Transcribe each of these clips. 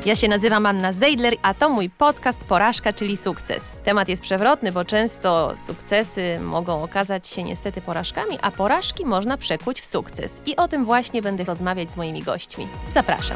Ja się nazywam Anna Zeidler, a to mój podcast Porażka, czyli sukces. Temat jest przewrotny, bo często sukcesy mogą okazać się niestety porażkami, a porażki można przekuć w sukces. I o tym właśnie będę rozmawiać z moimi gośćmi. Zapraszam.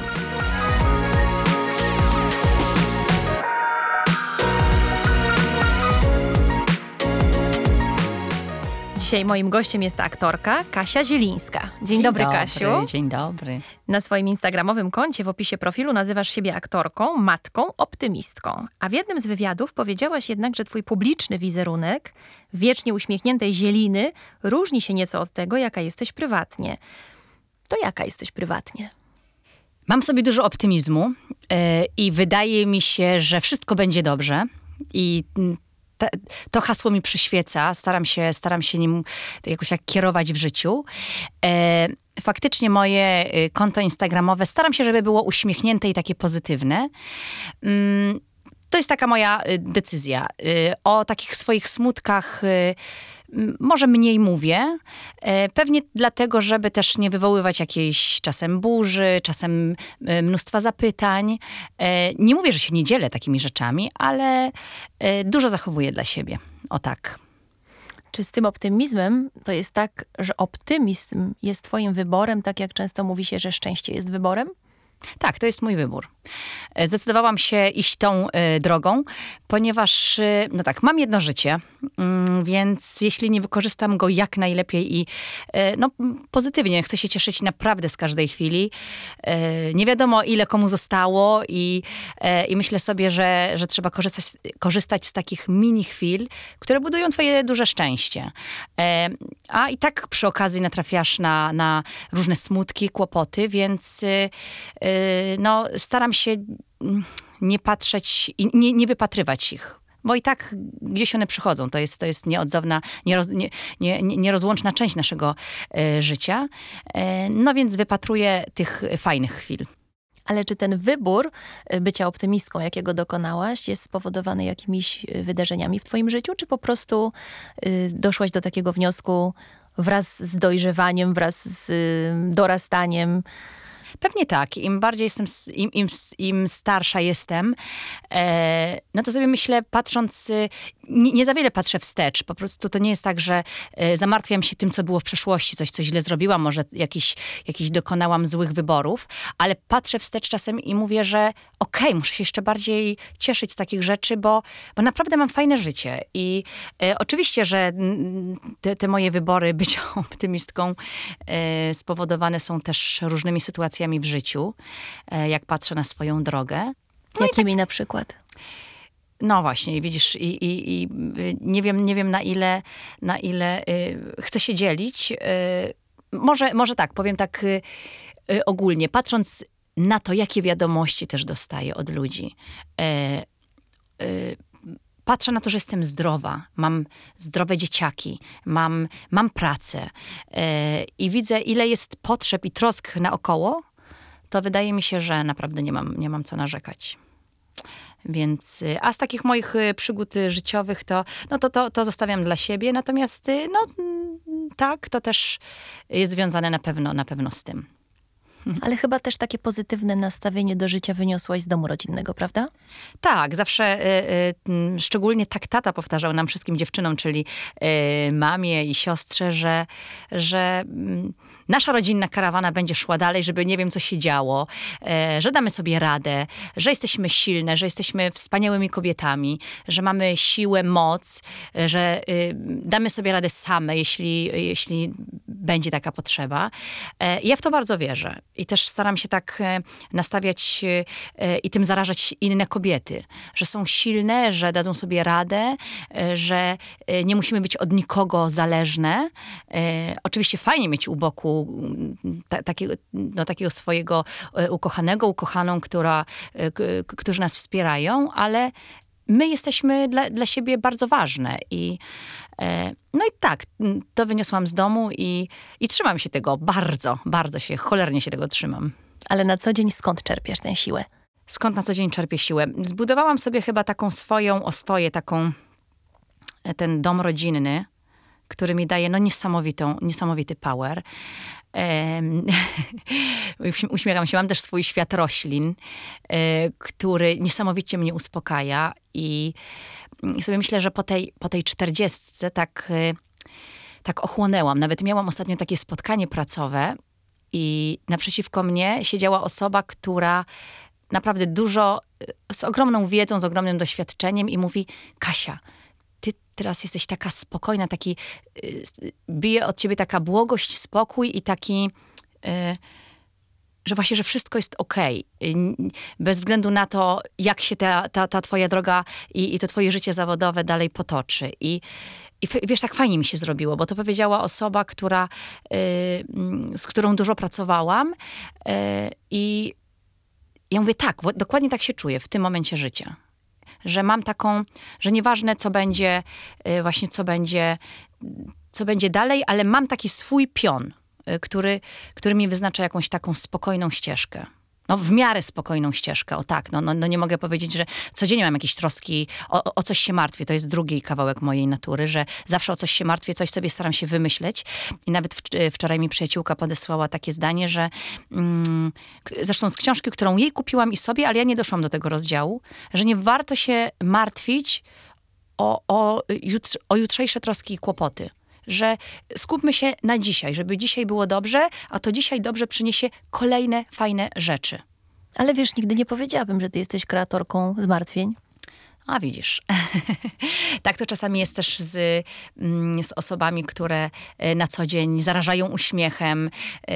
Dzisiaj moim gościem jest aktorka Kasia Zielińska. Dzień dobry, Kasiu. Dzień dobry. Na swoim instagramowym koncie w opisie profilu nazywasz siebie aktorką, matką, optymistką. A w jednym z wywiadów powiedziałaś jednak, że twój publiczny wizerunek wiecznie uśmiechniętej Zieliny różni się nieco od tego, jaka jesteś prywatnie. To jaka jesteś prywatnie? Mam w sobie dużo optymizmu i wydaje mi się, że wszystko będzie dobrze. I to hasło mi przyświeca. Staram się nim jakoś tak kierować w życiu. Faktycznie moje konto instagramowe staram się, żeby było uśmiechnięte i takie pozytywne. To jest taka moja decyzja. O takich swoich smutkach może mniej mówię. Pewnie dlatego, żeby też nie wywoływać jakiejś czasem burzy, czasem mnóstwa zapytań. Nie mówię, że się nie dzielę takimi rzeczami, ale dużo zachowuję dla siebie. O tak. Czy z tym optymizmem to jest tak, że optymizm jest twoim wyborem, tak jak często mówi się, że szczęście jest wyborem? Tak, to jest mój wybór. Zdecydowałam się iść tą drogą, ponieważ, no tak, mam jedno życie, więc jeśli nie wykorzystam go jak najlepiej i pozytywnie, chcę się cieszyć naprawdę z każdej chwili. Nie wiadomo, ile komu zostało i myślę sobie, że trzeba korzystać z takich mini chwil, które budują twoje duże szczęście. A i tak przy okazji natrafiasz na różne smutki, kłopoty, więc staram się nie patrzeć i nie wypatrywać ich. Bo i tak gdzieś one przychodzą. To jest nieodzowna, nierozłączna część naszego życia. No więc wypatruję tych fajnych chwil. Ale czy ten wybór bycia optymistką, jakiego dokonałaś, jest spowodowany jakimiś wydarzeniami w twoim życiu? Czy po prostu doszłaś do takiego wniosku wraz z dojrzewaniem, wraz z dorastaniem? Pewnie tak. Im bardziej jestem, im starsza jestem, no to sobie myślę, patrząc, nie za wiele patrzę wstecz. Po prostu to nie jest tak, że zamartwiam się tym, co było w przeszłości, coś źle zrobiłam, może jakiś dokonałam złych wyborów, ale patrzę wstecz czasem i mówię, że okej, muszę się jeszcze bardziej cieszyć z takich rzeczy, bo naprawdę mam fajne życie. I oczywiście, że te moje wybory bycia optymistką spowodowane są też różnymi sytuacjami w życiu, jak patrzę na swoją drogę. No jakimi na przykład? No właśnie, widzisz, i nie wiem na ile chcę się dzielić. Może tak, powiem tak ogólnie, patrząc na to, jakie wiadomości też dostaję od ludzi. Patrzę na to, że jestem zdrowa, mam zdrowe dzieciaki, mam pracę i widzę, ile jest potrzeb i trosk naokoło, to wydaje mi się, że naprawdę nie mam co narzekać. Więc, a z takich moich przygód życiowych to zostawiam dla siebie, natomiast tak, to też jest związane na pewno z tym. Ale chyba też takie pozytywne nastawienie do życia wyniosłaś z domu rodzinnego, prawda? Tak, zawsze szczególnie tak tata powtarzał nam wszystkim dziewczynom, czyli mamie i siostrze, że nasza rodzinna karawana będzie szła dalej, żeby nie wiem, co się działo, że damy sobie radę, że jesteśmy silne, że jesteśmy wspaniałymi kobietami, że mamy siłę, moc, że damy sobie radę same, jeśli będzie taka potrzeba. Ja w to bardzo wierzę. I też staram się tak nastawiać i tym zarażać inne kobiety, że są silne, że dadzą sobie radę, że nie musimy być od nikogo zależne. Oczywiście fajnie mieć u boku takiego swojego ukochanego, ukochaną, którzy nas wspierają, ale my jesteśmy dla siebie bardzo ważne. I tak, to wyniosłam z domu i trzymam się tego bardzo, bardzo się, cholernie się tego trzymam. Ale na co dzień skąd czerpiesz tę siłę? Skąd na co dzień czerpię siłę? Zbudowałam sobie chyba taką swoją ostoję, ten dom rodzinny, który mi daje niesamowity power. Uśmiecham się, mam też swój świat roślin, który niesamowicie mnie uspokaja i sobie myślę, że po tej 40 tak ochłonęłam. Nawet miałam ostatnio takie spotkanie pracowe i naprzeciwko mnie siedziała osoba, która naprawdę z ogromną wiedzą, z ogromnym doświadczeniem i mówi: Kasia, ty teraz jesteś taka spokojna, bije od ciebie taka błogość, spokój i taki, że właśnie, że wszystko jest okej. Bez względu na to, jak się ta twoja droga i to twoje życie zawodowe dalej potoczy. I wiesz, tak fajnie mi się zrobiło, bo to powiedziała osoba, z którą dużo pracowałam. I ja mówię, tak, dokładnie tak się czuję w tym momencie życia. Że mam że nieważne co będzie, właśnie co będzie dalej, ale mam taki swój pion, który mi wyznacza jakąś taką spokojną ścieżkę. No w miarę spokojną ścieżkę, o tak. No nie mogę powiedzieć, że codziennie mam jakieś troski, o coś się martwię. To jest drugi kawałek mojej natury, że zawsze o coś się martwię, coś sobie staram się wymyśleć. I nawet wczoraj mi przyjaciółka podesłała takie zdanie, że zresztą z książki, którą jej kupiłam i sobie, ale ja nie doszłam do tego rozdziału, że nie warto się martwić o jutrzejsze troski i kłopoty. Że skupmy się na dzisiaj, żeby dzisiaj było dobrze, a to dzisiaj dobrze przyniesie kolejne fajne rzeczy. Ale wiesz, nigdy nie powiedziałabym, że ty jesteś kreatorką zmartwień. A widzisz. Tak to czasami jest też z osobami, które na co dzień zarażają uśmiechem.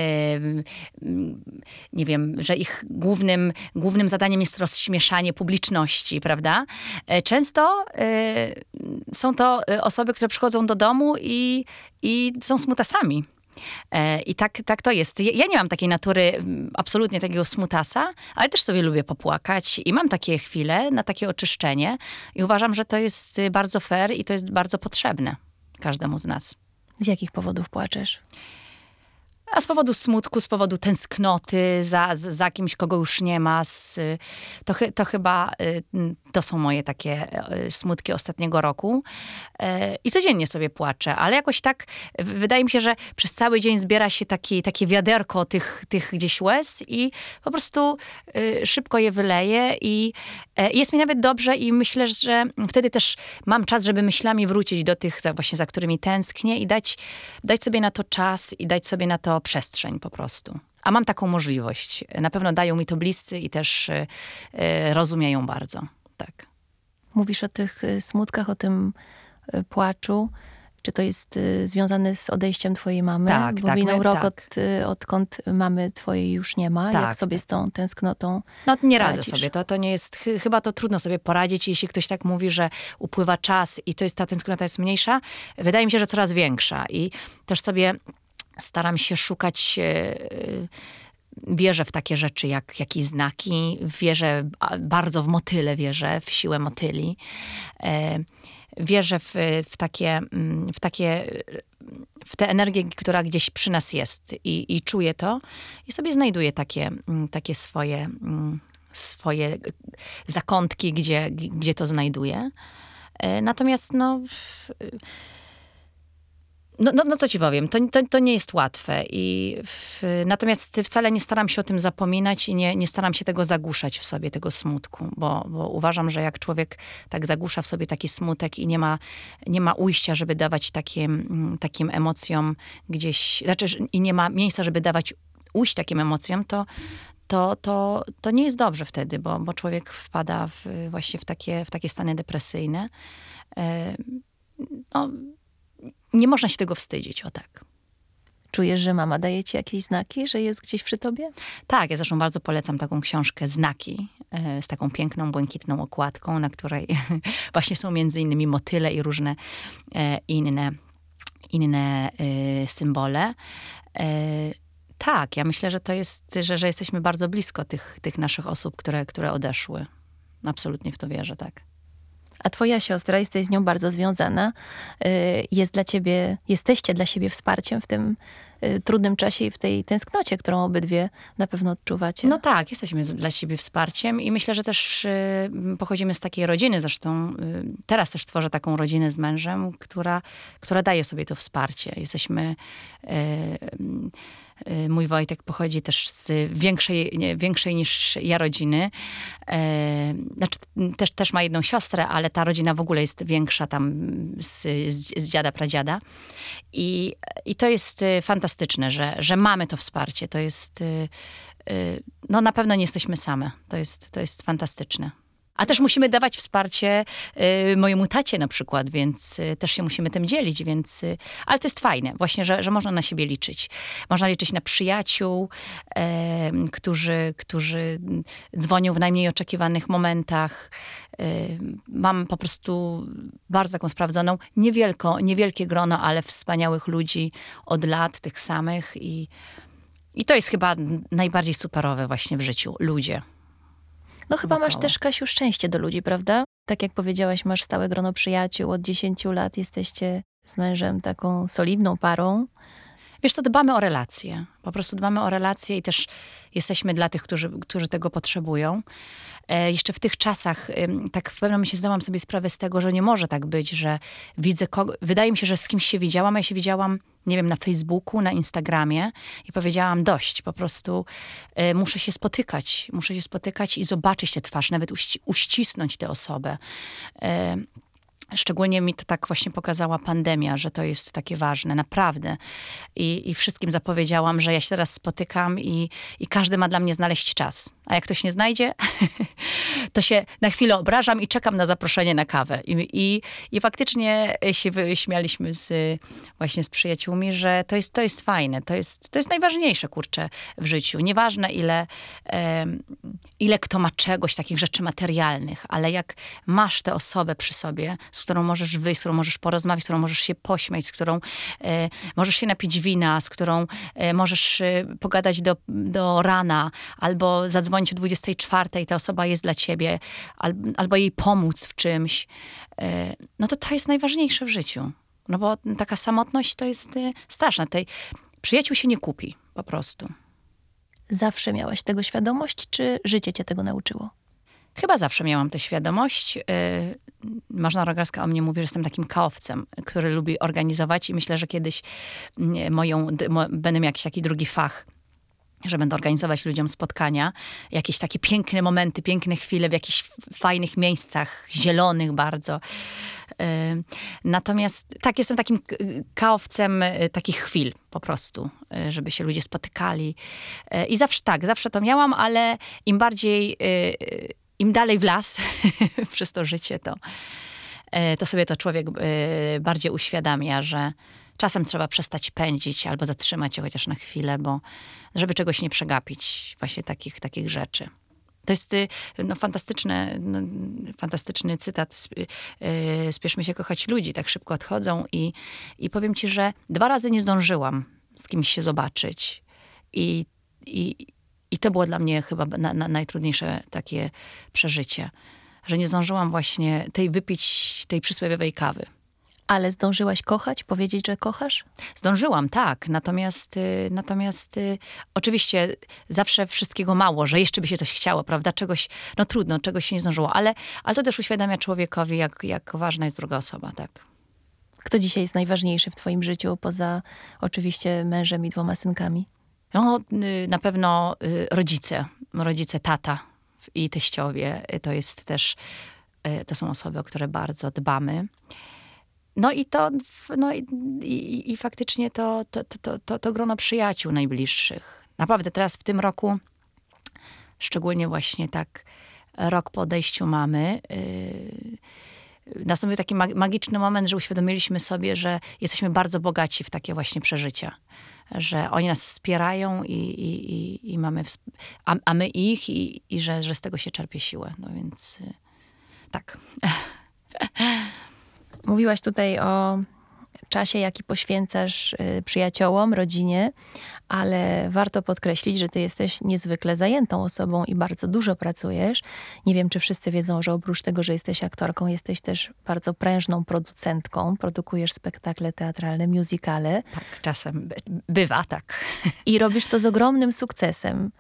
Nie wiem, że ich głównym zadaniem jest rozśmieszanie publiczności, prawda? Często są to osoby, które przychodzą do domu i są smutasami. I tak to jest. Ja nie mam takiej natury, absolutnie takiego smutasa, ale też sobie lubię popłakać i mam takie chwile na takie oczyszczenie i uważam, że to jest bardzo fair i to jest bardzo potrzebne każdemu z nas. Z jakich powodów płaczesz? A z powodu smutku, z powodu tęsknoty za kimś, kogo już nie ma. To chyba to są moje takie smutki ostatniego roku. I codziennie sobie płaczę, ale jakoś tak wydaje mi się, że przez cały dzień zbiera się takie wiaderko tych gdzieś łez i po prostu szybko je wyleję i jest mi nawet dobrze i myślę, że wtedy też mam czas, żeby myślami wrócić do tych za którymi tęsknię i dać sobie na to czas i dać sobie na to przestrzeń po prostu. A mam taką możliwość. Na pewno dają mi to bliscy i też rozumieją bardzo. Tak. Mówisz o tych smutkach, o tym płaczu. Czy to jest związane z odejściem twojej mamy? Tak, bo tak. minął rok, tak. odkąd mamy twojej już nie ma. Tak, Jak sobie z tą tęsknotą No nie radzę radzisz? sobie. To nie jest, chyba to trudno sobie poradzić. Jeśli ktoś tak mówi, że upływa czas i ta tęsknota jest mniejsza, wydaje mi się, że coraz większa. I też sobie staram się szukać, wierzę w takie rzeczy jak jakieś znaki, wierzę bardzo w motyle, wierzę w siłę motyli. Wierzę w tę energię, która gdzieś przy nas jest i czuję to i sobie znajduję takie swoje zakątki, gdzie to znajduję. Natomiast no co ci powiem, to nie jest łatwe. Natomiast wcale nie staram się o tym zapominać i nie staram się tego zagłuszać w sobie, tego smutku, bo uważam, że jak człowiek tak zagłusza w sobie taki smutek i nie ma ujścia, żeby dawać takim emocjom gdzieś, raczej i nie ma miejsca, żeby dawać ujść takim emocjom, to nie jest dobrze wtedy, bo człowiek wpada właśnie w takie stany depresyjne. Nie można się tego wstydzić, o tak. Czujesz, że mama daje ci jakieś znaki, że jest gdzieś przy tobie? Tak, ja zresztą bardzo polecam taką książkę Znaki, z taką piękną, błękitną okładką, na której właśnie są między innymi motyle i różne inne symbole. Tak, ja myślę, że to jest, że jesteśmy bardzo blisko tych naszych osób, które odeszły. Absolutnie w to wierzę, tak. A twoja siostra, jesteś z nią bardzo związana, jesteście dla siebie wsparciem trudnym czasie i w tej tęsknocie, którą obydwie na pewno odczuwacie. No tak, jesteśmy dla siebie wsparciem i myślę, że też pochodzimy z takiej rodziny, zresztą teraz też tworzę taką rodzinę z mężem, która daje sobie to wsparcie. Jesteśmy... Mój Wojtek pochodzi też z większej niż ja rodziny. Znaczy, też ma jedną siostrę, ale ta rodzina w ogóle jest większa tam z dziada, pradziada. I to jest fantastyczne, że mamy to wsparcie. To jest... No na pewno nie jesteśmy same. To jest fantastyczne. A też musimy dawać wsparcie mojemu tacie na przykład, więc też się musimy tym dzielić, więc... Ale to jest fajne właśnie, że można na siebie liczyć. Można liczyć na przyjaciół, którzy dzwonią w najmniej oczekiwanych momentach. Mam po prostu bardzo taką sprawdzoną, niewielkie grono, ale wspaniałych ludzi od lat, tych samych. I to jest chyba najbardziej superowe właśnie w życiu. Ludzie. No chyba masz też, Kasiu, szczęście do ludzi, prawda? Tak jak powiedziałaś, masz stałe grono przyjaciół, od 10 lat jesteście z mężem taką solidną parą. Wiesz co, dbamy o relacje. Po prostu dbamy o relacje i też jesteśmy dla tych, którzy tego potrzebują. Jeszcze w tych czasach tak w pewnym momencie zdałam sobie sprawę z tego, że nie może tak być, że widzę wydaje mi się, że z kimś się widziałam, a ja się widziałam, nie wiem, na Facebooku, na Instagramie i powiedziałam dość, po prostu muszę się spotykać i zobaczyć tę twarz, nawet uścisnąć tę osobę. Szczególnie mi to tak właśnie pokazała pandemia, że to jest takie ważne, naprawdę. I wszystkim zapowiedziałam, że ja się teraz spotykam i każdy ma dla mnie znaleźć czas. A jak ktoś nie znajdzie, to się na chwilę obrażam i czekam na zaproszenie na kawę. I faktycznie się śmialiśmy właśnie z przyjaciółmi, że to jest fajne. To jest najważniejsze, kurczę, w życiu. Nieważne ile kto ma czegoś, takich rzeczy materialnych, ale jak masz tę osobę przy sobie, z którą możesz wyjść, z którą możesz porozmawiać, z którą możesz się pośmiać, z którą możesz się napić wina, z którą możesz pogadać do rana, albo zadzwonić o 24:00 i ta osoba jest dla ciebie, albo jej pomóc w czymś, no to jest najważniejsze w życiu. No bo taka samotność to jest straszna. Przyjaciół się nie kupi, po prostu. Zawsze miałaś tego świadomość, czy życie cię tego nauczyło? Chyba zawsze miałam tę świadomość. Marzena Rogalska o mnie mówi, że jestem takim kaowcem, który lubi organizować i myślę, że kiedyś będę miał jakiś taki drugi fach, że będę organizować ludziom spotkania, jakieś takie piękne momenty, piękne chwile w jakichś fajnych miejscach, zielonych bardzo. Natomiast tak, jestem takim kaowcem takich chwil po prostu, żeby się ludzie spotykali. I zawsze to miałam, ale im dalej w las przez to życie, to sobie to człowiek bardziej uświadamia, że czasem trzeba przestać pędzić albo zatrzymać się chociaż na chwilę, bo żeby czegoś nie przegapić, właśnie takich rzeczy. To jest fantastyczny cytat. Spieszmy się kochać ludzi, tak szybko odchodzą i powiem ci, że 2 razy nie zdążyłam z kimś się zobaczyć. I to było dla mnie chyba najtrudniejsze takie przeżycie, że nie zdążyłam właśnie wypić tej przysłowiowej kawy. Ale zdążyłaś kochać? Powiedzieć, że kochasz? Zdążyłam, tak. Natomiast oczywiście zawsze wszystkiego mało, że jeszcze by się coś chciało, prawda? Czegoś, no trudno, czegoś się nie zdążyło. Ale to też uświadamia człowiekowi, jak ważna jest druga osoba, tak. Kto dzisiaj jest najważniejszy w twoim życiu, poza oczywiście mężem i 2 synkami? No, na pewno rodzice, tata i teściowie. To jest też, to są osoby, o które bardzo dbamy. I faktycznie to grono przyjaciół najbliższych. Naprawdę teraz w tym roku, szczególnie właśnie tak rok po odejściu mamy, nastąpił taki magiczny moment, że uświadomiliśmy sobie, że jesteśmy bardzo bogaci w takie właśnie przeżycia. Że oni nas wspierają i mamy, a my ich i że z tego się czerpie siłę. No więc tak. Mówiłaś tutaj o czasie, jaki poświęcasz przyjaciołom, rodzinie, ale warto podkreślić, że ty jesteś niezwykle zajętą osobą i bardzo dużo pracujesz. Nie wiem, czy wszyscy wiedzą, że oprócz tego, że jesteś aktorką, jesteś też bardzo prężną producentką. Produkujesz spektakle teatralne, musicale. Tak, czasem bywa, tak. I robisz to z ogromnym sukcesem.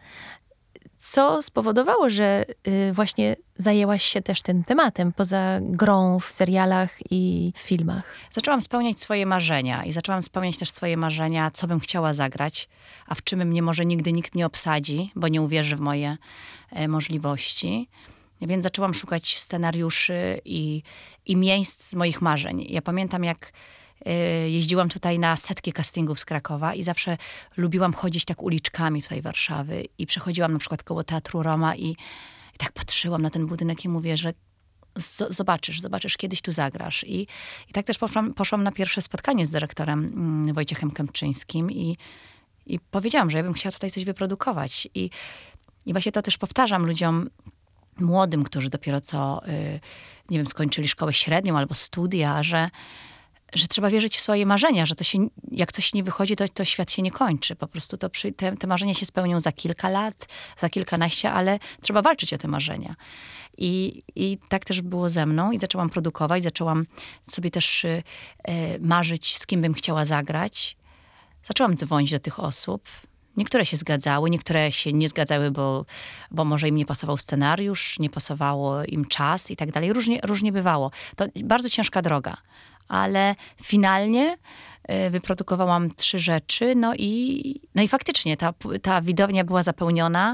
Co spowodowało, że właśnie zajęłaś się też tym tematem, poza grą w serialach i w filmach? Zaczęłam spełniać swoje marzenia i zaczęłam spełniać też swoje marzenia, co bym chciała zagrać, a w czym mnie może nigdy nikt nie obsadzi, bo nie uwierzy w moje możliwości. Więc zaczęłam szukać scenariuszy i miejsc z moich marzeń. Ja pamiętam, jak jeździłam tutaj na setki castingów z Krakowa i zawsze lubiłam chodzić tak uliczkami tutaj Warszawy i przechodziłam na przykład koło Teatru Roma i tak patrzyłam na ten budynek i mówię, że zobaczysz, kiedyś tu zagrasz. I tak też poszłam na pierwsze spotkanie z dyrektorem Wojciechem Kępczyńskim i powiedziałam, że ja bym chciała tutaj coś wyprodukować. I właśnie to też powtarzam ludziom młodym, którzy dopiero co, nie wiem, skończyli szkołę średnią albo studia, że trzeba wierzyć w swoje marzenia, że to się, jak coś nie wychodzi, to świat się nie kończy. Po prostu te marzenia się spełnią za kilka lat, za kilkanaście, ale trzeba walczyć o te marzenia. I tak też było ze mną i zaczęłam produkować, zaczęłam sobie też marzyć, z kim bym chciała zagrać. Zaczęłam dzwonić do tych osób. Niektóre się zgadzały, niektóre się nie zgadzały, bo może im nie pasował scenariusz, nie pasowało im czas i tak dalej. Różnie bywało. To bardzo ciężka droga. Ale finalnie wyprodukowałam 3 rzeczy, no i faktycznie ta widownia była zapełniona.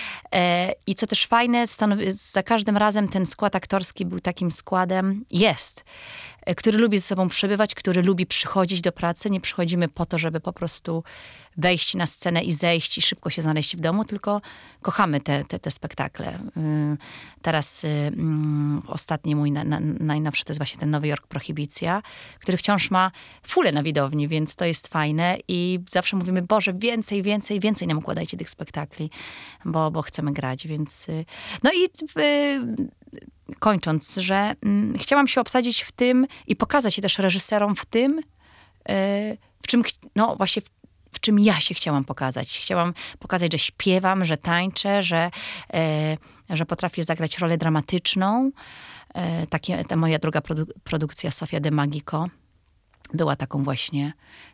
I co też fajne, za każdym razem ten skład aktorski był takim składem, który lubi ze sobą przebywać, który lubi przychodzić do pracy. Nie przychodzimy po to, żeby po prostu wejść na scenę i zejść i szybko się znaleźć w domu, tylko kochamy te spektakle. Teraz ostatni mój najnowszy to jest właśnie ten Nowy Jork Prohibicja, który wciąż ma fulę na widowni, więc to jest fajne i zawsze mówimy, Boże, więcej nam układajcie tych spektakli, bo chcemy grać, więc... No i kończąc, że chciałam się obsadzić w tym i pokazać się też reżyserom w tym, w czym ja się chciałam pokazać. Chciałam pokazać, że śpiewam, że tańczę, że potrafię zagrać rolę dramatyczną. Ta moja druga produkcja, Sofia de Magico, była taką właśnie,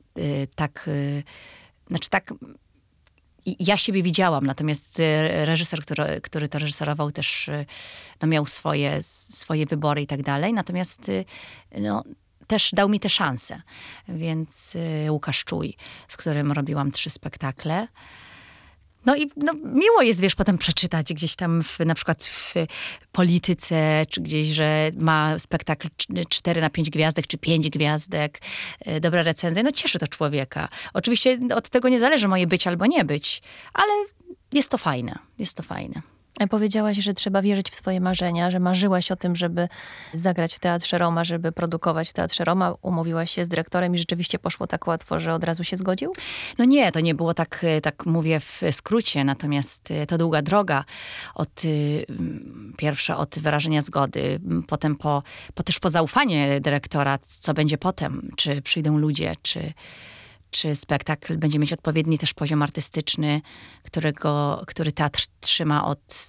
ja siebie widziałam, natomiast reżyser, który to reżyserował, też miał swoje wybory i tak dalej. Natomiast też dał mi tę szansę. Więc Łukasz Czuj, z którym robiłam 3 spektakle. No i miło jest, wiesz, potem przeczytać gdzieś tam na przykład w Polityce, czy gdzieś, że ma spektakl 4 na 5 gwiazdek, czy 5 gwiazdek, dobre recenzje. No cieszy to człowieka. Oczywiście od tego nie zależy moje być albo nie być, ale jest to fajne. Powiedziałaś, że trzeba wierzyć w swoje marzenia, że marzyłaś o tym, żeby zagrać w Teatrze Roma, żeby produkować w Teatrze Roma. Umówiłaś się z dyrektorem i rzeczywiście poszło tak łatwo, że od razu się zgodził? No nie, to nie było tak mówię w skrócie, natomiast to długa droga. Pierwsze od wyrażenia zgody, potem też po zaufanie dyrektora, co będzie potem, czy przyjdą ludzie, czy spektakl będzie mieć odpowiedni też poziom artystyczny, który teatr trzyma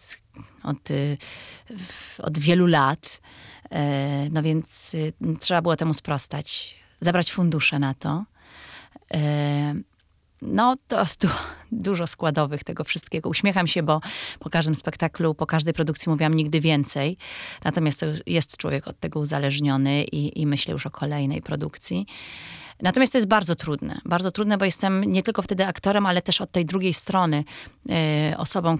od wielu lat. No więc trzeba było temu sprostać. Zabrać fundusze na to. No to dużo składowych tego wszystkiego. Uśmiecham się, bo po każdym spektaklu, po każdej produkcji mówiłam nigdy więcej. Natomiast to jest człowiek od tego uzależniony i myślę już o kolejnej produkcji. Natomiast to jest bardzo trudne, bo jestem nie tylko wtedy aktorem, ale też od tej drugiej strony osobą,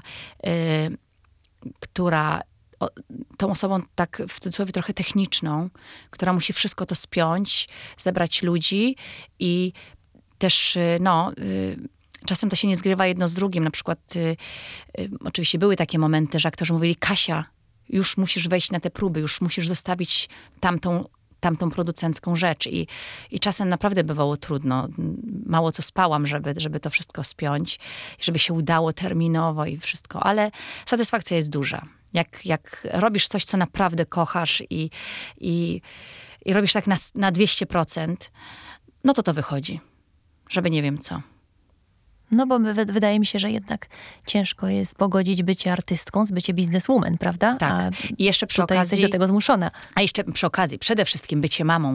która tą osobą tak w cudzysłowie trochę techniczną, która musi wszystko to spiąć, zebrać ludzi i też czasem to się nie zgrywa jedno z drugim. Na przykład oczywiście były takie momenty, że aktorzy mówili, Kasia, już musisz wejść na te próby, już musisz zostawić tamtą producencką rzecz. I czasem naprawdę bywało trudno. Mało co spałam, żeby to wszystko spiąć. Żeby się udało terminowo i wszystko. Ale satysfakcja jest duża. Jak robisz coś, co naprawdę kochasz i i robisz tak na 200%, no to wychodzi. Żeby nie wiem co. No bo wydaje mi się, że jednak ciężko jest pogodzić bycie artystką z bycie bizneswoman, prawda? Tak. I jeszcze przy tutaj okazji... jesteś do tego zmuszona. A jeszcze przy okazji, przede wszystkim bycie mamą.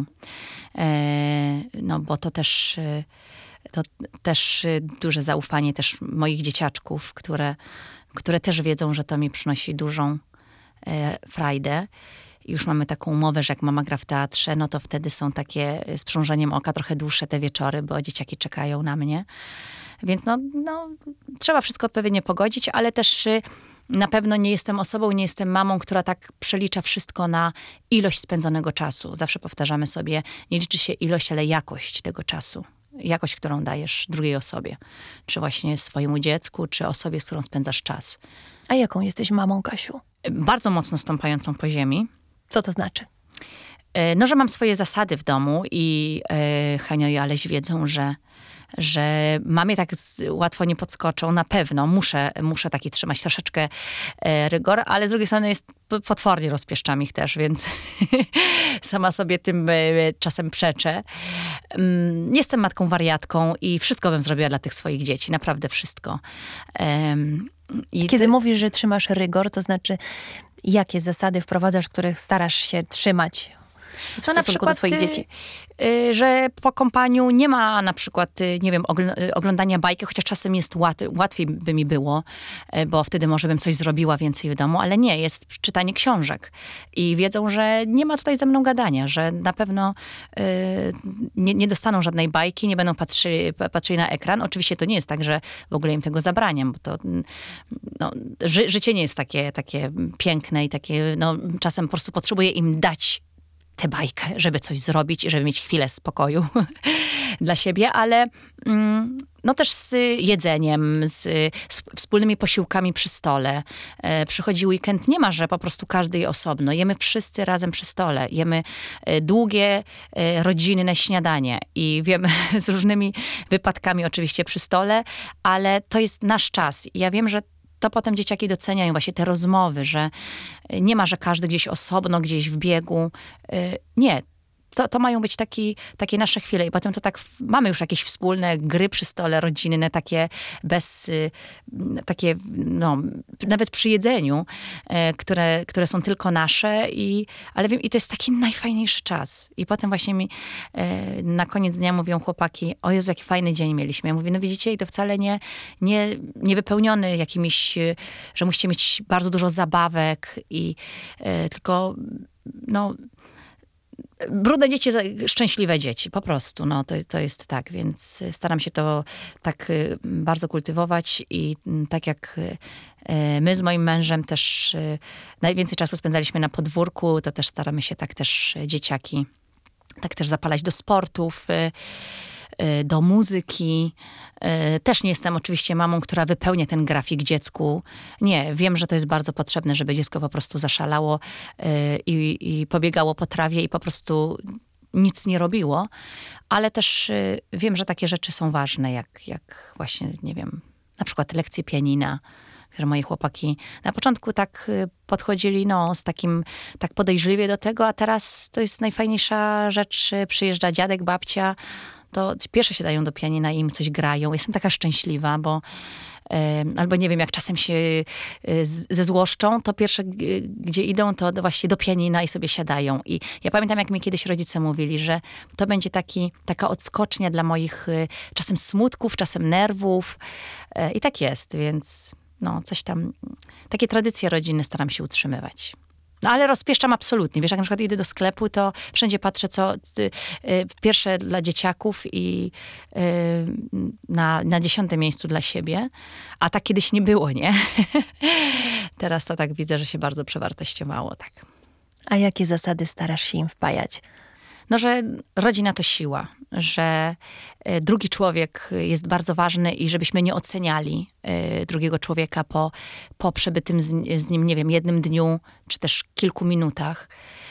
No bo to też duże zaufanie też moich dzieciaczków, które też wiedzą, że to mi przynosi dużą frajdę. I już mamy taką umowę, że jak mama gra w teatrze, no to wtedy są takie z przymrużeniem oka trochę dłuższe te wieczory, bo dzieciaki czekają na mnie. Więc no trzeba wszystko odpowiednio pogodzić, ale też na pewno nie jestem osobą, nie jestem mamą, która tak przelicza wszystko na ilość spędzonego czasu. Zawsze powtarzamy sobie, nie liczy się ilość, ale jakość tego czasu. Jakość, którą dajesz drugiej osobie. Czy właśnie swojemu dziecku, czy osobie, z którą spędzasz czas. A jaką jesteś mamą, Kasiu? Bardzo mocno stąpającą po ziemi. Co to znaczy? No, że mam swoje zasady w domu i Henio i Aleś wiedzą, że mamie tak łatwo nie podskoczą. Na pewno muszę taki trzymać troszeczkę rygor, ale z drugiej strony potwornie rozpieszczam ich też, więc sama sobie tym czasem przeczę. Jestem matką wariatką i wszystko bym zrobiła dla tych swoich dzieci. Naprawdę wszystko. Kiedy mówisz, że trzymasz rygor, to znaczy jakie zasady wprowadzasz, których starasz się trzymać w stosunku do swoich dzieci? Że po kąpaniu nie ma na przykład, nie wiem, oglądania bajki, chociaż czasem jest łatwiej by mi było, bo wtedy może bym coś zrobiła więcej w domu, ale nie, jest czytanie książek. I wiedzą, że nie ma tutaj ze mną gadania, że na pewno nie dostaną żadnej bajki, nie będą patrzyli na ekran. Oczywiście to nie jest tak, że w ogóle im tego zabraniam, bo to życie nie jest takie piękne i takie, czasem po prostu potrzebuję im dać tę bajkę, żeby coś zrobić i żeby mieć chwilę spokoju dla siebie, ale też z jedzeniem, z wspólnymi posiłkami przy stole. Przychodzi weekend, nie ma, że po prostu każdy je osobno. Jemy wszyscy razem przy stole. Jemy długie, rodzinne śniadanie i wiemy z różnymi wypadkami oczywiście przy stole, ale to jest nasz czas. I ja wiem, że to potem dzieciaki doceniają właśnie te rozmowy, że nie ma, że każdy gdzieś osobno, gdzieś w biegu. Nie. To mają być takie nasze chwile i potem to tak, mamy już jakieś wspólne gry przy stole rodzinne, takie nawet przy jedzeniu, które są tylko nasze ale wiem, i to jest taki najfajniejszy czas. I potem właśnie mi na koniec dnia mówią chłopaki, o Jezu, jaki fajny dzień mieliśmy. Ja mówię, no widzicie, i to wcale nie wypełniony jakimiś, że musicie mieć bardzo dużo zabawek tylko brudne dzieci, szczęśliwe dzieci, po prostu. To jest tak, więc staram się to tak bardzo kultywować i tak jak my z moim mężem też najwięcej czasu spędzaliśmy na podwórku, to też staramy się tak też dzieciaki tak też zapalać do sportów, do muzyki. Też nie jestem oczywiście mamą, która wypełnia ten grafik dziecku. Nie, wiem, że to jest bardzo potrzebne, żeby dziecko po prostu zaszalało i pobiegało po trawie i po prostu nic nie robiło. Ale też wiem, że takie rzeczy są ważne, jak właśnie, nie wiem, na przykład lekcje pianina, że moi chłopaki na początku tak podchodzili, z takim, tak podejrzliwie do tego, a teraz to jest najfajniejsza rzecz. Przyjeżdża dziadek, babcia, to pierwsze się dają do pianina i im coś grają. Jestem taka szczęśliwa, bo albo nie wiem, jak czasem się zezłoszczą, to pierwsze, gdzie idą, to właśnie do pianina i sobie siadają. I ja pamiętam, jak mi kiedyś rodzice mówili, że to będzie taka odskocznia dla moich czasem smutków, czasem nerwów. I tak jest, więc coś tam, takie tradycje rodzinne staram się utrzymywać. Ale rozpieszczam absolutnie. Wiesz, jak na przykład idę do sklepu, to wszędzie patrzę, co pierwsze dla dzieciaków i na 10. miejscu dla siebie. A tak kiedyś nie było, nie? Teraz to tak widzę, że się bardzo przewartościowało, tak. A jakie zasady starasz się im wpajać? Że rodzina to siła, że drugi człowiek jest bardzo ważny i żebyśmy nie oceniali drugiego człowieka po przebytym z nim, nie wiem, jednym dniu, czy też kilku minutach.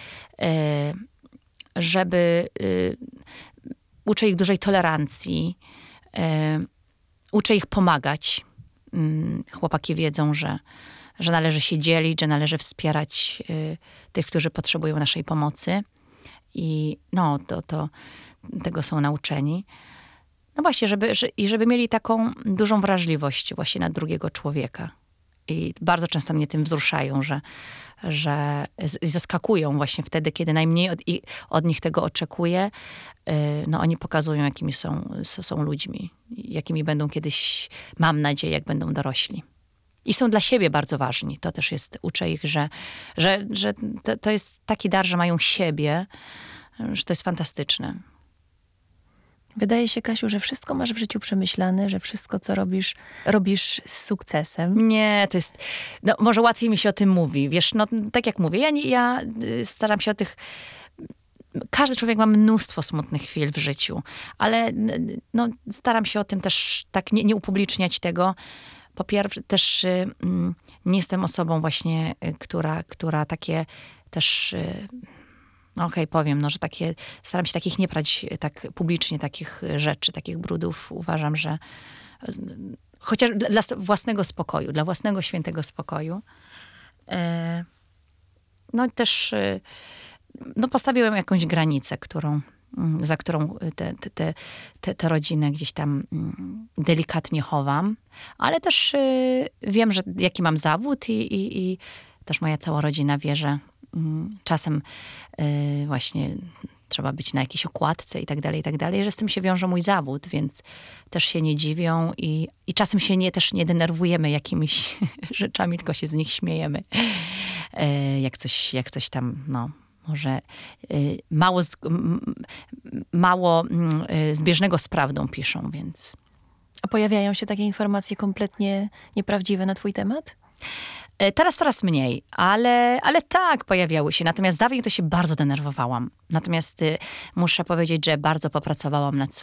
Żeby uczę ich dużej tolerancji, uczę ich pomagać. Chłopaki wiedzą, że należy się dzielić, że należy wspierać tych, którzy potrzebują naszej pomocy. i no, tego są nauczeni. No właśnie, żeby mieli taką dużą wrażliwość właśnie na drugiego człowieka. I bardzo często mnie tym wzruszają, że zaskakują właśnie wtedy, kiedy najmniej od nich tego oczekuję. No oni pokazują, jakimi są ludźmi. Jakimi będą kiedyś, mam nadzieję, jak będą dorośli. I są dla siebie bardzo ważni. To też jest, uczę ich, że to jest taki dar, że mają siebie, że to jest fantastyczne. Wydaje się, Kasiu, że wszystko masz w życiu przemyślane, że wszystko, co robisz z sukcesem. Nie, to jest... No, może łatwiej mi się o tym mówi. Wiesz, no tak jak mówię, ja staram się o tych... Każdy człowiek ma mnóstwo smutnych chwil w życiu, ale no, staram się o tym też tak nie upubliczniać tego. Po pierwsze, też nie jestem osobą właśnie, która takie też... No okej, powiem, no, że staram się takich nie brać tak publicznie, takich rzeczy, takich brudów. Uważam, że chociaż dla własnego spokoju, dla własnego świętego spokoju. No też no, postawiłem jakąś granicę, za którą tę rodzinę gdzieś tam delikatnie chowam, ale też wiem, że jaki mam zawód i też moja cała rodzina wie, że czasem właśnie trzeba być na jakiejś okładce i tak dalej, że z tym się wiąże mój zawód, więc też się nie dziwią i czasem się też nie denerwujemy jakimiś rzeczami, tylko się z nich śmiejemy. Jak coś tam, no, może mało zbieżnego z prawdą piszą, więc... A pojawiają się takie informacje kompletnie nieprawdziwe na twój temat? Teraz coraz mniej, ale tak, pojawiały się. Natomiast dawniej to się bardzo denerwowałam. Natomiast muszę powiedzieć, że bardzo popracowałam nad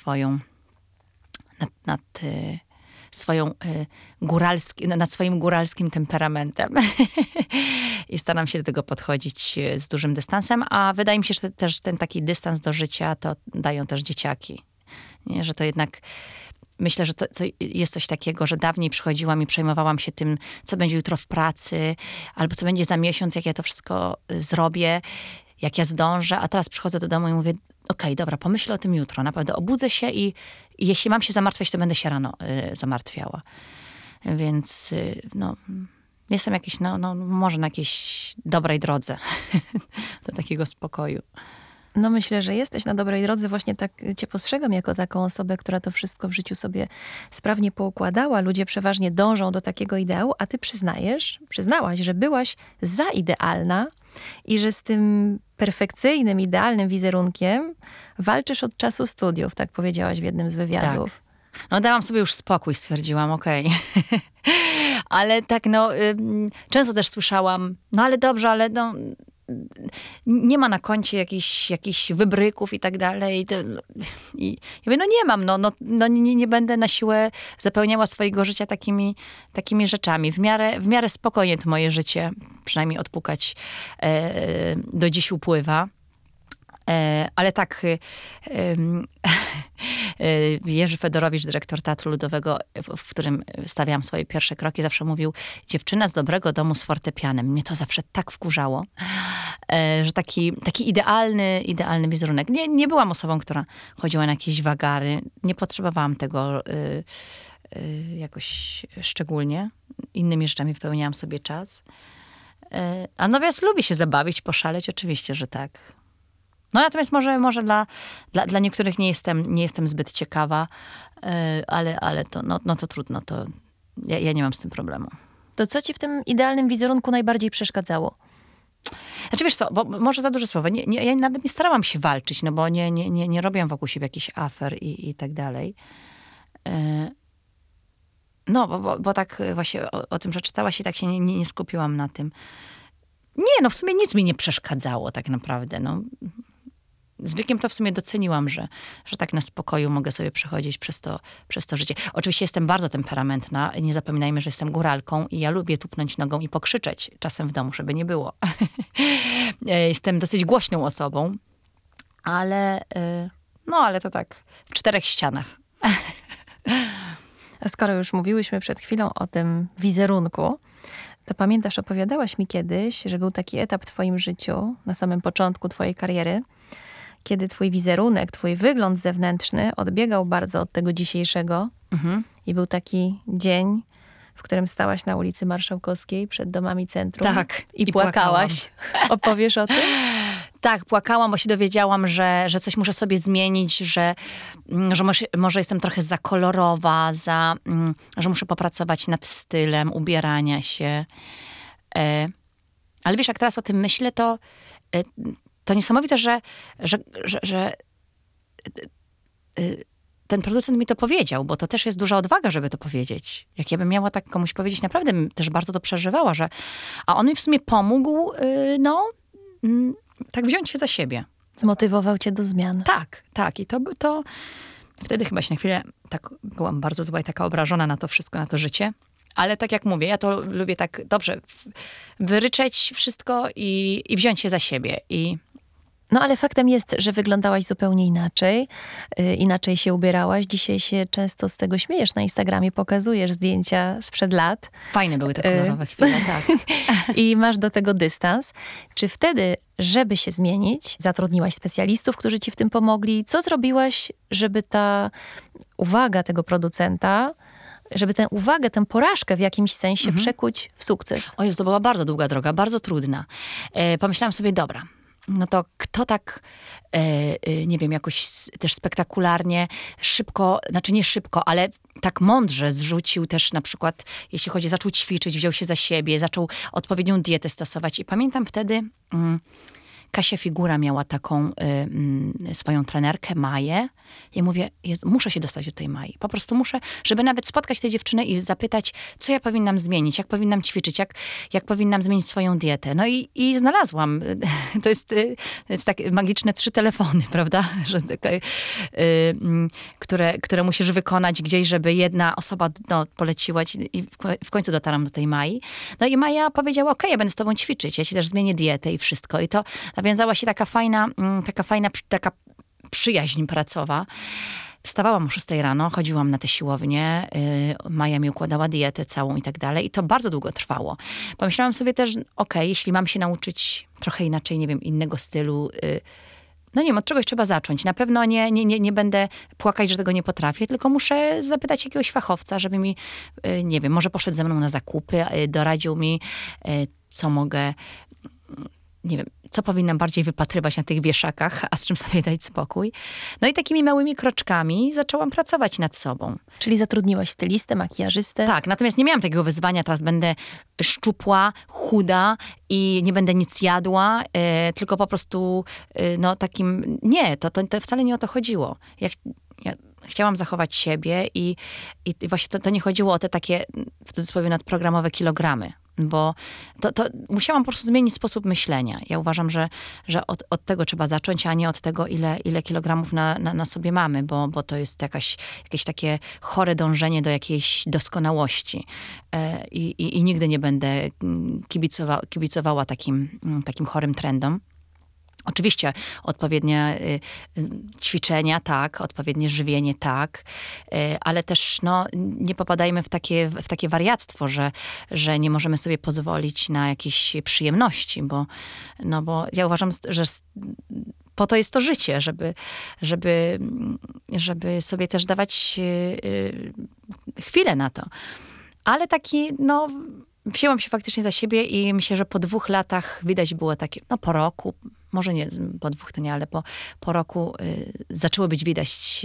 swoim góralskim temperamentem. I staram się do tego podchodzić z dużym dystansem, a wydaje mi się, że też ten taki dystans do życia to dają też dzieciaki. Nie? Że to jednak... Myślę, że to jest coś takiego, że dawniej przychodziłam i przejmowałam się tym, co będzie jutro w pracy, albo co będzie za miesiąc, jak ja to wszystko zrobię, jak ja zdążę, a teraz przychodzę do domu i mówię, okej, dobra, pomyślę o tym jutro, naprawdę obudzę się i jeśli mam się zamartwiać, to będę się rano zamartwiała. Więc no, jestem może na jakiejś dobrej drodze do takiego spokoju. No myślę, że jesteś na dobrej drodze. Właśnie tak cię postrzegam jako taką osobę, która to wszystko w życiu sobie sprawnie poukładała. Ludzie przeważnie dążą do takiego ideału, a ty przyznałaś, że byłaś za idealna i że z tym perfekcyjnym, idealnym wizerunkiem walczysz od czasu studiów, tak powiedziałaś w jednym z wywiadów. Tak. No dałam sobie już spokój, stwierdziłam, okej. Ale tak, no, często też słyszałam, no ale dobrze, ale no... Nie ma na koncie jakichś wybryków i tak dalej. I ja mówię, no nie mam, nie będę na siłę zapełniała swojego życia takimi rzeczami. W miarę spokojnie to moje życie, przynajmniej odpukać, do dziś upływa. Ale tak, Jerzy Fedorowicz, dyrektor Teatru Ludowego, w którym stawiałam swoje pierwsze kroki, zawsze mówił, dziewczyna z dobrego domu z fortepianem. Mnie to zawsze tak wkurzało, że taki idealny wizerunek. Nie byłam osobą, która chodziła na jakieś wagary. Nie potrzebowałam tego jakoś szczególnie. Innymi rzeczami wypełniałam sobie czas. A natomiast lubię się zabawić, poszaleć, oczywiście, że tak. No natomiast może dla niektórych nie jestem zbyt ciekawa, ale to, no to trudno, to ja nie mam z tym problemu. To co ci w tym idealnym wizerunku najbardziej przeszkadzało? Znaczy wiesz co, bo może za duże słowo, ja nawet nie starałam się walczyć, no bo nie robiłam wokół siebie jakichś afer i tak dalej. No, bo tak właśnie o tym przeczytałaś i tak się nie skupiłam na tym. Nie, no w sumie nic mi nie przeszkadzało tak naprawdę, no. Z wiekiem to w sumie doceniłam, że tak na spokoju mogę sobie przechodzić przez to życie. Oczywiście jestem bardzo temperamentna. Nie zapominajmy, że jestem góralką i ja lubię tupnąć nogą i pokrzyczeć czasem w domu, żeby nie było. Jestem dosyć głośną osobą, ale to tak w 4 ścianach. A skoro już mówiłyśmy przed chwilą o tym wizerunku, to pamiętasz, opowiadałaś mi kiedyś, że był taki etap w twoim życiu, na samym początku twojej kariery, kiedy twój wizerunek, twój wygląd zewnętrzny odbiegał bardzo od tego dzisiejszego i był taki dzień, w którym stałaś na ulicy Marszałkowskiej przed domami centrum Tak. i płakałaś. Opowiesz o tym? Tak, płakałam, bo się dowiedziałam, że coś muszę sobie zmienić, że może jestem trochę za kolorowa, że muszę popracować nad stylem ubierania się. Ale wiesz, jak teraz o tym myślę, to niesamowite, że ten producent mi to powiedział, bo to też jest duża odwaga, żeby to powiedzieć. Jak ja bym miała tak komuś powiedzieć, naprawdę bym też bardzo to przeżywała, a on mi w sumie pomógł, tak wziąć się za siebie. Zmotywował cię do zmian. Tak. I to wtedy chyba się na chwilę tak byłam bardzo zła i taka obrażona na to wszystko, na to życie. Ale tak jak mówię, ja to lubię tak dobrze wyryczeć wszystko i wziąć się za siebie. No ale faktem jest, że wyglądałaś zupełnie inaczej. Inaczej się ubierałaś. Dzisiaj się często z tego śmiejesz. Na Instagramie pokazujesz zdjęcia sprzed lat. Fajne były te kolorowe chwile, tak. I masz do tego dystans. Czy wtedy, żeby się zmienić, zatrudniłaś specjalistów, którzy ci w tym pomogli? Co zrobiłaś, żeby ta uwaga tego producenta, żeby tę uwagę, tę porażkę w jakimś sensie przekuć w sukces? O Jezu, to była bardzo długa droga, bardzo trudna. Pomyślałam sobie, dobra, no to kto tak, nie wiem, jakoś też spektakularnie, szybko, znaczy nie szybko, ale tak mądrze zrzucił też na przykład, jeśli chodzi, zaczął ćwiczyć, wziął się za siebie, zaczął odpowiednią dietę stosować. I pamiętam wtedy Kasia Figura miała taką swoją trenerkę, Maję. Ja mówię, muszę się dostać do tej Mai. Po prostu muszę, żeby nawet spotkać tę dziewczynę i zapytać, co ja powinnam zmienić, jak powinnam ćwiczyć, jak powinnam zmienić swoją dietę. No i znalazłam. To jest takie magiczne 3 telefony, prawda? Że które musisz wykonać gdzieś, żeby jedna osoba poleciła ci i w końcu dotarłam do tej Mai. No i Maja powiedziała, okej, ja będę z tobą ćwiczyć, ja ci też zmienię dietę i wszystko. I to nawiązała się taka fajna przyjaźń pracowa. Wstawałam o 6 rano, chodziłam na tę siłownię, Maja mi układała dietę całą i tak dalej. I to bardzo długo trwało. Pomyślałam sobie też, jeśli mam się nauczyć trochę inaczej, nie wiem, innego stylu, no nie wiem, od czegoś trzeba zacząć. Na pewno nie będę płakać, że tego nie potrafię, tylko muszę zapytać jakiegoś fachowca, żeby mi, nie wiem, może poszedł ze mną na zakupy, doradził mi, co mogę, nie wiem, co powinnam bardziej wypatrywać na tych wieszakach, a z czym sobie dać spokój. No i takimi małymi kroczkami zaczęłam pracować nad sobą. Czyli zatrudniłaś stylistę, makijażystę? Tak, natomiast nie miałam takiego wyzwania, teraz będę szczupła, chuda i nie będę nic jadła, tylko po prostu takim... Nie, to wcale nie o to chodziło. Ja chciałam zachować siebie i właśnie to nie chodziło o te takie, w cudzysłowie, nadprogramowe kilogramy. Bo to musiałam po prostu zmienić sposób myślenia. Ja uważam, że od tego trzeba zacząć, a nie od tego, ile kilogramów na sobie mamy, bo to jest jakieś takie chore dążenie do jakiejś doskonałości. I nigdy nie będę kibicowała takim chorym trendom. Oczywiście odpowiednie ćwiczenia, tak, odpowiednie żywienie, tak, ale też nie popadajmy w takie wariactwo, że nie możemy sobie pozwolić na jakieś przyjemności, bo ja uważam, że po to jest to życie, żeby sobie też dawać chwilę na to. Ale wzięłam się faktycznie za siebie i myślę, że po 2 latach widać było takie, po roku, może nie, po 2 to nie, ale po roku zaczęło być widać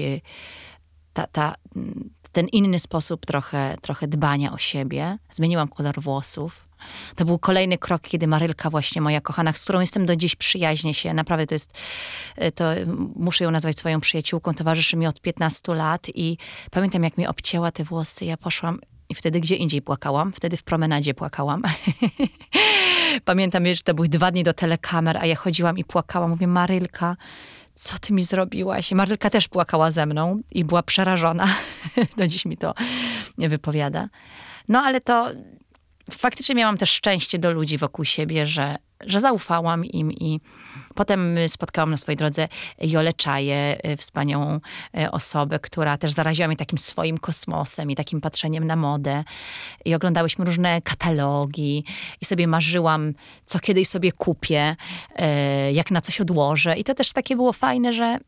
ten inny sposób trochę dbania o siebie. Zmieniłam kolor włosów. To był kolejny krok, kiedy Marylka właśnie, moja kochana, z którą jestem do dziś, przyjaźnię się. Naprawdę muszę ją nazwać swoją przyjaciółką, towarzyszy mi od 15 lat i pamiętam, jak mi obcięła te włosy, ja poszłam i wtedy gdzie indziej płakałam. Wtedy w promenadzie płakałam. Pamiętam, że to były 2 dni do telekamer, a ja chodziłam i płakałam. Mówię, Marylka, co ty mi zrobiłaś? I Marylka też płakała ze mną i była przerażona. Do dziś mi to nie wypowiada. No ale to faktycznie miałam też szczęście do ludzi wokół siebie, że zaufałam im i potem spotkałam na swojej drodze Jolę Czaję, wspaniałą osobę, która też zaraziła mnie takim swoim kosmosem i takim patrzeniem na modę. I oglądałyśmy różne katalogi i sobie marzyłam, co kiedyś sobie kupię, jak na coś odłożę. I to też takie było fajne, że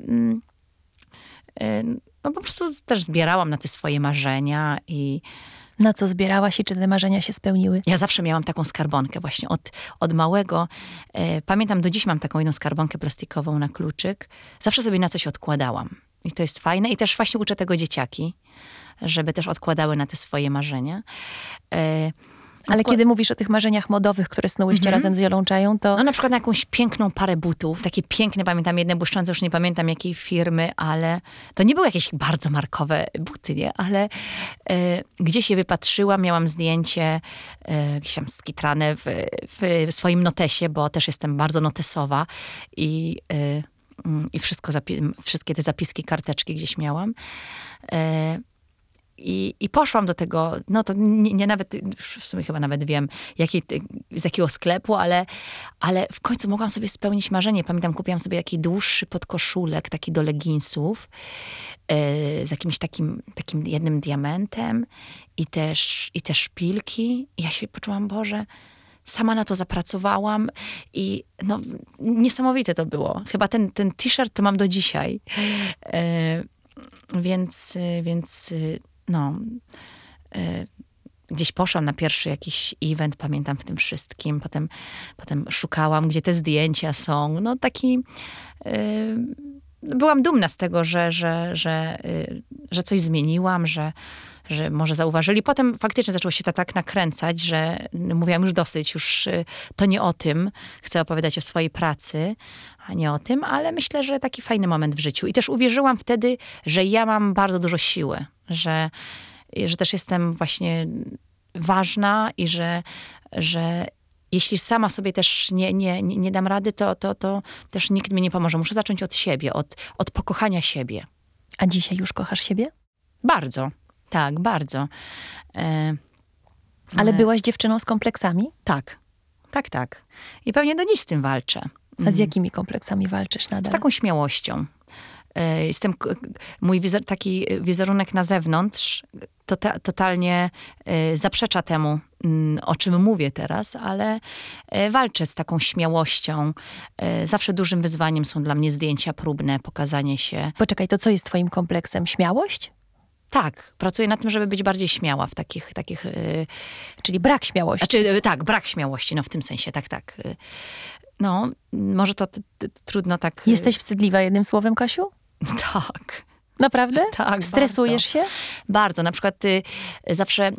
no po prostu też zbierałam na te swoje marzenia i Na co zbierałaś i czy te marzenia się spełniły? ja zawsze miałam taką skarbonkę właśnie od małego. Pamiętam, do dziś mam taką jedną skarbonkę plastikową na kluczyk. Zawsze sobie na coś odkładałam. I to jest fajne. I też właśnie uczę tego dzieciaki, żeby też odkładały na te swoje marzenia. Ale kiedy mówisz o tych marzeniach modowych, które snułyście razem z Jolą Czają, to No na przykład na jakąś piękną parę butów. Takie piękne, pamiętam jedne błyszczące, już nie pamiętam jakiej firmy, ale to nie były jakieś bardzo markowe buty, nie? Ale gdzieś je wypatrzyłam, miałam zdjęcie jakieś tam skitrane w swoim notesie, bo też jestem bardzo notesowa i wszystkie te zapiski, karteczki gdzieś miałam. I poszłam do tego, no to nie nawet, w sumie chyba nawet wiem, z jakiego sklepu, ale w końcu mogłam sobie spełnić marzenie. Pamiętam, kupiłam sobie taki dłuższy podkoszulek, taki do leginsów, z jakimś takim jednym diamentem i te szpilki. I ja się poczułam, Boże, sama na to zapracowałam i no, niesamowite to było. Chyba ten t-shirt to mam do dzisiaj. Więc no, gdzieś poszłam na pierwszy jakiś event, pamiętam w tym wszystkim. Potem szukałam, gdzie te zdjęcia są. No taki... byłam dumna z tego, że coś zmieniłam, że może zauważyli. Potem faktycznie zaczęło się to tak nakręcać, że mówiłam już dosyć, już to nie o tym. Chcę opowiadać o swojej pracy, a nie o tym, ale myślę, że taki fajny moment w życiu. I też uwierzyłam wtedy, że ja mam bardzo dużo siły, że też jestem właśnie ważna i że jeśli sama sobie też nie dam rady, to też nikt mi nie pomoże. Muszę zacząć od siebie, od pokochania siebie. A dzisiaj już kochasz siebie? Bardzo. Tak, bardzo. Ale byłaś dziewczyną z kompleksami? Tak. I pewnie do dziś z tym walczę. A z jakimi kompleksami walczysz nadal? Z taką śmiałością. Mój taki wizerunek na zewnątrz totalnie zaprzecza temu, o czym mówię teraz, ale walczę z taką śmiałością. Zawsze dużym wyzwaniem są dla mnie zdjęcia próbne, pokazanie się. Poczekaj, to co jest twoim kompleksem? Śmiałość? Tak, pracuję nad tym, żeby być bardziej śmiała w takich... Czyli brak śmiałości. Tak, brak śmiałości, no w tym sensie, tak. No, może to trudno tak... Jesteś wstydliwa jednym słowem, Kasiu? Tak. Naprawdę? Tak, Stresujesz się? Bardzo. Na przykład zawsze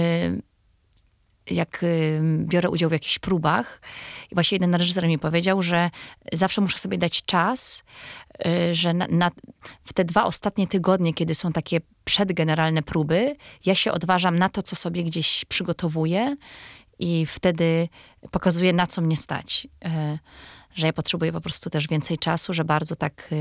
jak biorę udział w jakichś próbach i właśnie jeden reżyser mi powiedział, że zawsze muszę sobie dać czas, że w te 2 ostatnie tygodnie, kiedy są takie przedgeneralne próby, ja się odważam na to, co sobie gdzieś przygotowuję i wtedy pokazuję, na co mnie stać. Że ja potrzebuję po prostu też więcej czasu, że bardzo tak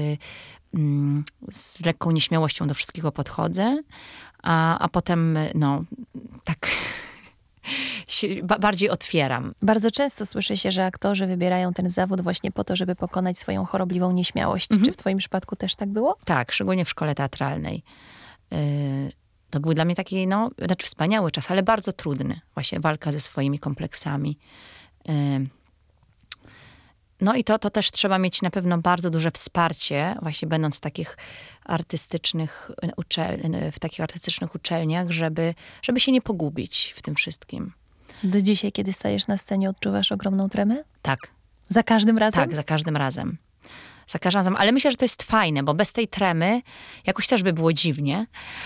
z lekką nieśmiałością do wszystkiego podchodzę, a potem no tak się bardziej otwieram. Bardzo często słyszy się, że aktorzy wybierają ten zawód właśnie po to, żeby pokonać swoją chorobliwą nieśmiałość. Czy w twoim przypadku też tak było? Tak, szczególnie w szkole teatralnej. To był dla mnie taki, wspaniały czas, ale bardzo trudny. Właśnie walka ze swoimi kompleksami. No i to też trzeba mieć na pewno bardzo duże wsparcie, właśnie będąc w takich artystycznych uczelniach, żeby się nie pogubić w tym wszystkim. Do dzisiaj, kiedy stajesz na scenie, odczuwasz ogromną tremę? Tak. Za każdym razem? Tak, za każdym razem. Ale myślę, że to jest fajne, bo bez tej tremy jakoś też by było dziwnie.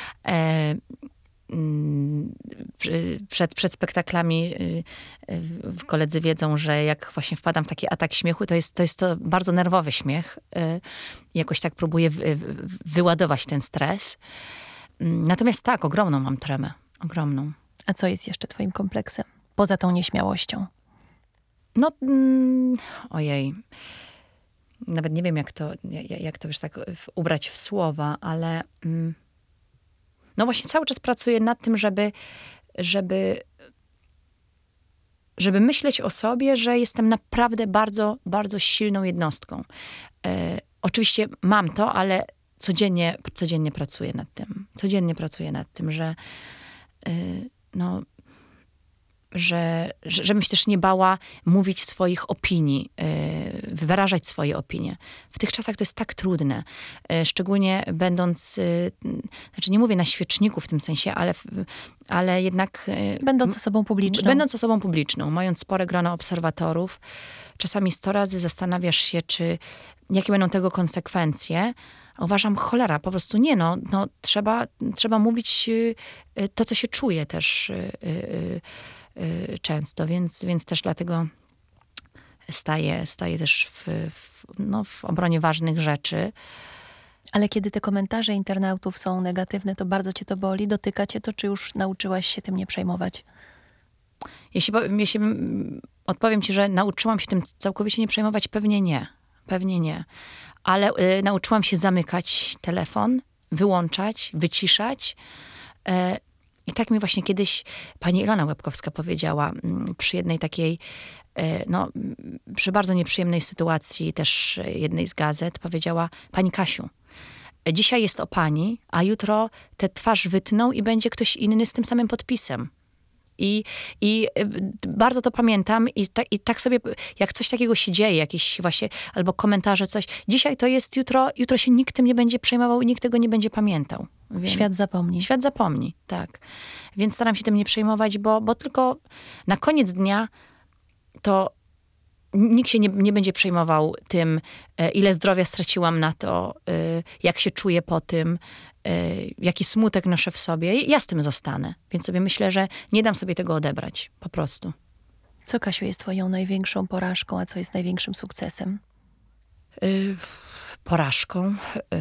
Przed spektaklami koledzy wiedzą, że jak właśnie wpadam w taki atak śmiechu, to jest to bardzo nerwowy śmiech. Jakoś tak próbuję wyładować ten stres. Natomiast tak, ogromną mam tremę. Ogromną. A co jest jeszcze twoim kompleksem? Poza tą nieśmiałością. No, ojej. Nawet nie wiem, jak to wiesz, tak ubrać w słowa, ale no właśnie cały czas pracuję nad tym, żeby żeby myśleć o sobie, że jestem naprawdę bardzo, bardzo silną jednostką. Oczywiście mam to, ale codziennie pracuję nad tym. Codziennie pracuję nad tym, żebym się też nie bała mówić swoich opinii, wyrażać swoje opinie. W tych czasach to jest tak trudne, szczególnie będąc, znaczy nie mówię na świeczniku w tym sensie, ale jednak... Będąc osobą publiczną. Będąc osobą publiczną, mając spore grono obserwatorów, czasami 100 razy zastanawiasz się, jakie będą tego konsekwencje. Uważam, cholera, po prostu nie, trzeba mówić to, co się czuje też często, więc też dlatego staję też w obronie ważnych rzeczy. Ale kiedy te komentarze internautów są negatywne, to bardzo cię to boli, dotyka cię to, czy już nauczyłaś się tym nie przejmować? Jeśli odpowiem ci, że nauczyłam się tym całkowicie nie przejmować, pewnie nie. Ale nauczyłam się zamykać telefon, wyłączać, wyciszać. I tak mi właśnie kiedyś pani Ilona Łebkowska powiedziała przy jednej takiej, przy bardzo nieprzyjemnej sytuacji też jednej z gazet, powiedziała: pani Kasiu, dzisiaj jest o pani, a jutro tę twarz wytną i będzie ktoś inny z tym samym podpisem. I bardzo to pamiętam i tak sobie, jak coś takiego się dzieje, jakieś właśnie, albo komentarze, coś, dzisiaj to jest, jutro się nikt tym nie będzie przejmował i nikt tego nie będzie pamiętał. Więc Świat zapomni. Świat zapomni, tak. Więc staram się tym nie przejmować, bo tylko na koniec dnia to nikt się nie będzie przejmował tym, ile zdrowia straciłam na to, jak się czuję po tym, jaki smutek noszę w sobie. Ja z tym zostanę. Więc sobie myślę, że nie dam sobie tego odebrać. Po prostu. Co, Kasiu, jest twoją największą porażką, a co jest największym sukcesem? Porażką?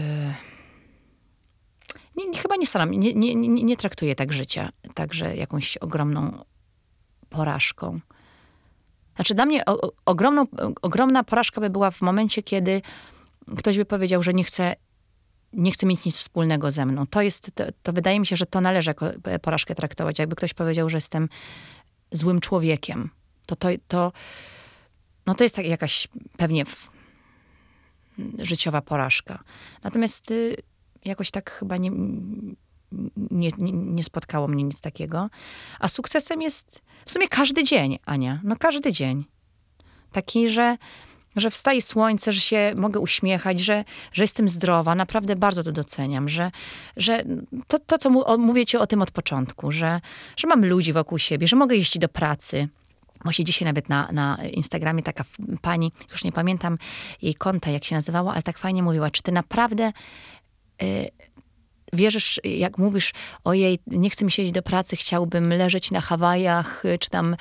Chyba nie staram. Nie traktuję tak życia. Także jakąś ogromną porażką. Znaczy dla mnie ogromna porażka by była w momencie, kiedy ktoś by powiedział, że nie chce mieć nic wspólnego ze mną. To wydaje mi się, że to należy jako porażkę traktować. Jakby ktoś powiedział, że jestem złym człowiekiem, to jest tak jakaś pewnie życiowa porażka. Natomiast jakoś tak chyba nie spotkało mnie nic takiego. A sukcesem jest w sumie każdy dzień, Ania. Każdy dzień. Taki, że wstaje słońce, że się mogę uśmiechać, że jestem zdrowa. Naprawdę bardzo to doceniam, że to co mówię ci o tym od początku, że mam ludzi wokół siebie, że mogę jeździć do pracy. Właśnie dzisiaj nawet na Instagramie taka pani, już nie pamiętam jej konta, jak się nazywała, ale tak fajnie mówiła, czy ty naprawdę wierzysz, jak mówisz, ojej, nie chcę mi się iść do pracy, chciałbym leżeć na Hawajach, czy tam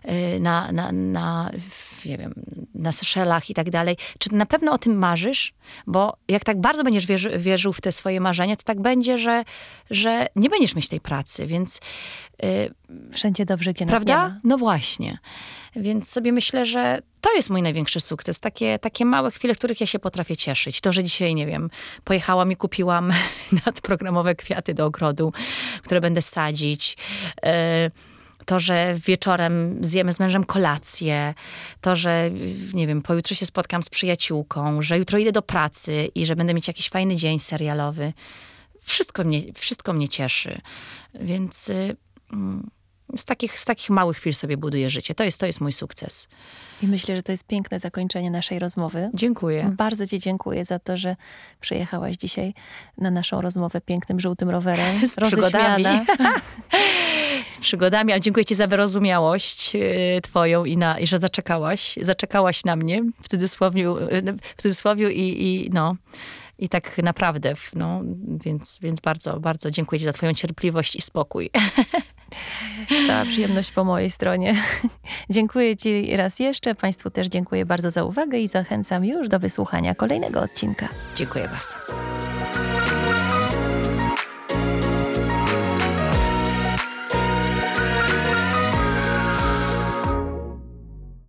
nie wiem, na Seszelach i tak dalej. Czy ty na pewno o tym marzysz? Bo jak tak bardzo będziesz wierzył w te swoje marzenia, to tak będzie, że nie będziesz mieć tej pracy, więc... Wszędzie dobrze, gdzie nas prawda? nie ma. No właśnie. Więc sobie myślę, że to jest mój największy sukces. Takie małe chwile, w których ja się potrafię cieszyć. To, że dzisiaj, nie wiem, pojechałam i kupiłam nadprogramowe kwiaty do ogrodu, które będę sadzić. To, że wieczorem zjemy z mężem kolację. To, że, nie wiem, pojutrze się spotkam z przyjaciółką. Że jutro idę do pracy i że będę mieć jakiś fajny dzień serialowy. Wszystko mnie cieszy. Więc... Z takich małych chwil sobie buduję życie. To jest mój sukces. I myślę, że to jest piękne zakończenie naszej rozmowy. Dziękuję. Bardzo ci dziękuję za to, że przyjechałaś dzisiaj na naszą rozmowę pięknym, żółtym rowerem. Z przygodami. Z przygodami, ale dziękuję ci za wyrozumiałość twoją i że zaczekałaś na mnie w cudzysłowie i tak naprawdę, więc bardzo, bardzo dziękuję ci za twoją cierpliwość i spokój. Cała przyjemność po mojej stronie. Dziękuję ci raz jeszcze. Państwu też dziękuję bardzo za uwagę i zachęcam już do wysłuchania kolejnego odcinka. Dziękuję bardzo.